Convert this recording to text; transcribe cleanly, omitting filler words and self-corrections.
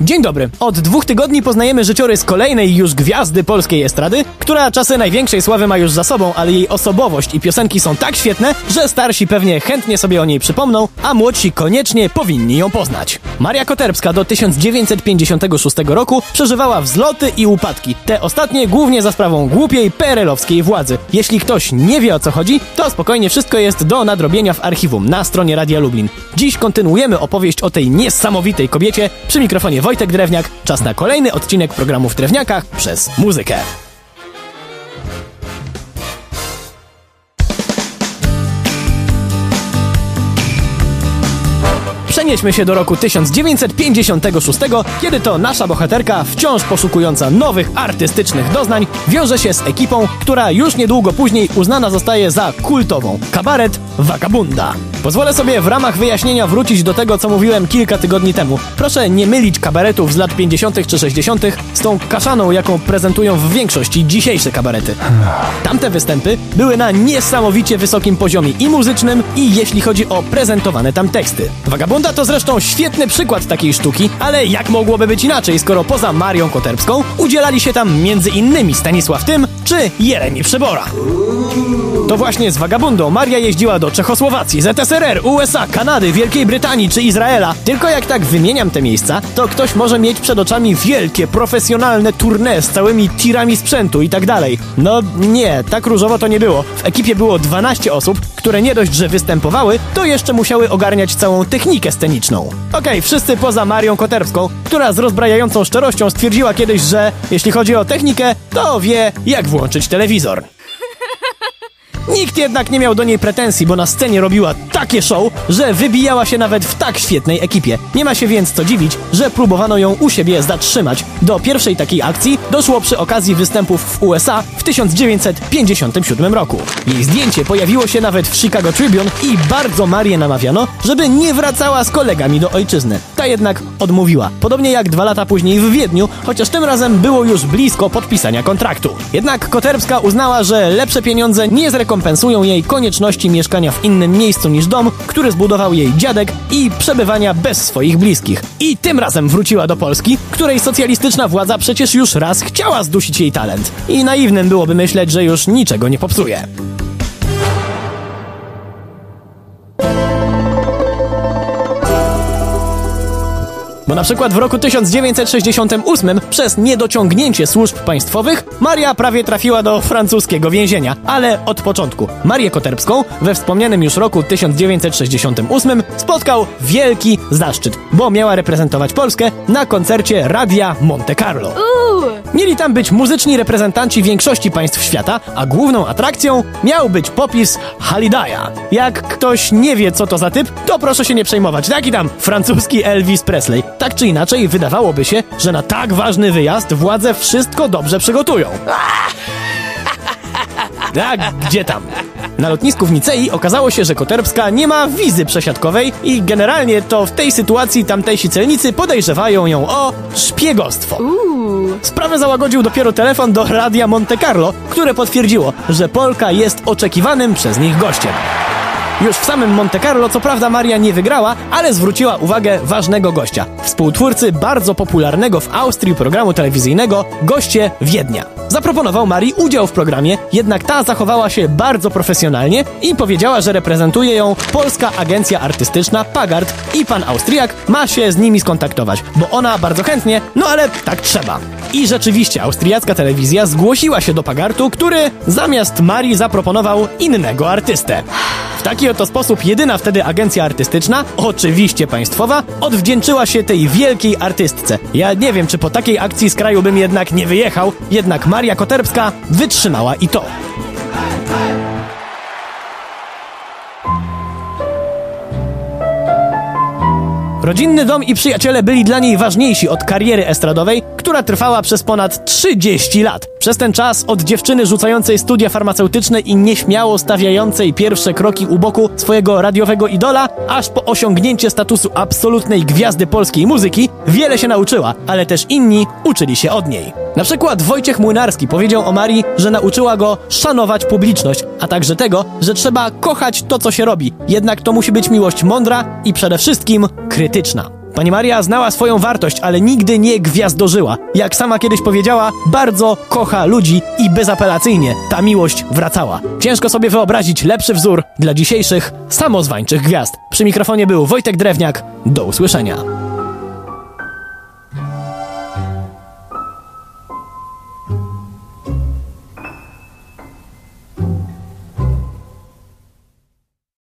Dzień dobry. Od 2 tygodni poznajemy życiorys kolejnej już gwiazdy polskiej estrady, która czasy największej sławy ma już za sobą, ale jej osobowość i piosenki są tak świetne, że starsi pewnie chętnie sobie o niej przypomną, a młodsi koniecznie powinni ją poznać. Maria Koterbska do 1956 roku przeżywała wzloty i upadki. Te ostatnie głównie za sprawą głupiej PRL-owskiej władzy. Jeśli ktoś nie wie, o co chodzi, to spokojnie wszystko jest do nadrobienia w archiwum na stronie Radia Lublin. Dziś kontynuujemy opowieść o tej niesamowitej kobiecie. Przy mikrofonie Wojtek Drewniak. Czas na kolejny odcinek programu W Drewniakach przez muzykę. Przenieśmy się do roku 1956, kiedy to nasza bohaterka, wciąż poszukująca nowych artystycznych doznań, wiąże się z ekipą, która już niedługo później uznana zostaje za kultową. Kabaret Vagabunda. Pozwolę sobie w ramach wyjaśnienia wrócić do tego, co mówiłem kilka tygodni temu. Proszę nie mylić kabaretów z lat 50. czy 60. z tą kaszaną, jaką prezentują w większości dzisiejsze kabarety. Tamte występy były na niesamowicie wysokim poziomie i muzycznym, i jeśli chodzi o prezentowane tam teksty. Vagabunda to zresztą świetny przykład takiej sztuki, ale jak mogłoby być inaczej, skoro poza Marią Koterbską udzielali się tam m.in. Stanisław Tym czy Jeremi Przybora. To właśnie z Vagabundą Maria jeździła do Czechosłowacji, ZSRR, USA, Kanady, Wielkiej Brytanii czy Izraela. Tylko jak tak wymieniam te miejsca, to ktoś może mieć przed oczami wielkie, profesjonalne tournée z całymi tirami sprzętu i tak dalej. No nie, tak różowo to nie było. W ekipie było 12 osób, które nie dość, że występowały, to jeszcze musiały ogarniać całą technikę sceniczną. Okej, wszyscy poza Marią Koterbską, która z rozbrajającą szczerością stwierdziła kiedyś, że jeśli chodzi o technikę, to wie, jak włączyć telewizor. Nikt jednak nie miał do niej pretensji, bo na scenie robiła takie show, że wybijała się nawet w tak świetnej ekipie. Nie ma się więc co dziwić, że próbowano ją u siebie zatrzymać. Do pierwszej takiej akcji doszło przy okazji występów w USA w 1957 roku. Jej zdjęcie pojawiło się nawet w Chicago Tribune i bardzo Marię namawiano, żeby nie wracała z kolegami do ojczyzny. Ta jednak odmówiła. Podobnie jak 2 lata później w Wiedniu, chociaż tym razem było już blisko podpisania kontraktu. Jednak Koterbska uznała, że lepsze pieniądze nie zrekompensują jej konieczności mieszkania w innym miejscu niż dom, który zbudował jej dziadek, i przebywania bez swoich bliskich. I tym razem wróciła do Polski, której socjalistyczna władza przecież już raz chciała zdusić jej talent. I naiwnym byłoby myśleć, że już niczego nie popsuje. Bo na przykład w roku 1968 przez niedociągnięcie służb państwowych Maria prawie trafiła do francuskiego więzienia. Ale od początku Marię Koterbską we wspomnianym już roku 1968 spotkał wielki zaszczyt, bo miała reprezentować Polskę na koncercie Radia Monte Carlo. Mieli tam być muzyczni reprezentanci większości państw świata, a główną atrakcją miał być popis Hallidaya. Jak ktoś nie wie, co to za typ, to proszę się nie przejmować. Taki tam francuski Elvis Presley. Tak czy inaczej, wydawałoby się, że na tak ważny wyjazd władze wszystko dobrze przygotują. A gdzie tam? Na lotnisku w Nicei okazało się, że Koterbska nie ma wizy przesiadkowej i generalnie to w tej sytuacji tamtejsi celnicy podejrzewają ją o szpiegostwo. Sprawę załagodził dopiero telefon do Radia Monte Carlo, które potwierdziło, że Polka jest oczekiwanym przez nich gościem. Już w samym Monte Carlo co prawda Maria nie wygrała, ale zwróciła uwagę ważnego gościa. Współtwórcy bardzo popularnego w Austrii programu telewizyjnego Goście Wiednia. Zaproponował Marii udział w programie, jednak ta zachowała się bardzo profesjonalnie i powiedziała, że reprezentuje ją polska agencja artystyczna Pagart i pan Austriak ma się z nimi skontaktować, bo ona bardzo chętnie, no ale tak trzeba. I rzeczywiście austriacka telewizja zgłosiła się do Pagartu, który zamiast Marii zaproponował innego artystę. W taki oto sposób jedyna wtedy agencja artystyczna, oczywiście państwowa, odwdzięczyła się tej wielkiej artystce. Ja nie wiem, czy po takiej akcji z kraju bym jednak nie wyjechał, jednak Maria Koterbska wytrzymała i to. Rodzinny dom i przyjaciele byli dla niej ważniejsi od kariery estradowej, która trwała przez ponad 30 lat. Przez ten czas od dziewczyny rzucającej studia farmaceutyczne i nieśmiało stawiającej pierwsze kroki u boku swojego radiowego idola, aż po osiągnięcie statusu absolutnej gwiazdy polskiej muzyki, wiele się nauczyła, ale też inni uczyli się od niej. Na przykład Wojciech Młynarski powiedział o Marii, że nauczyła go szanować publiczność, a także tego, że trzeba kochać to, co się robi. Jednak to musi być miłość mądra i przede wszystkim krytyczna. Pani Maria znała swoją wartość, ale nigdy nie gwiazdożyła. Jak sama kiedyś powiedziała, bardzo kocha ludzi i bezapelacyjnie ta miłość wracała. Ciężko sobie wyobrazić lepszy wzór dla dzisiejszych samozwańczych gwiazd. Przy mikrofonie był Wojtek Drewniak. Do usłyszenia.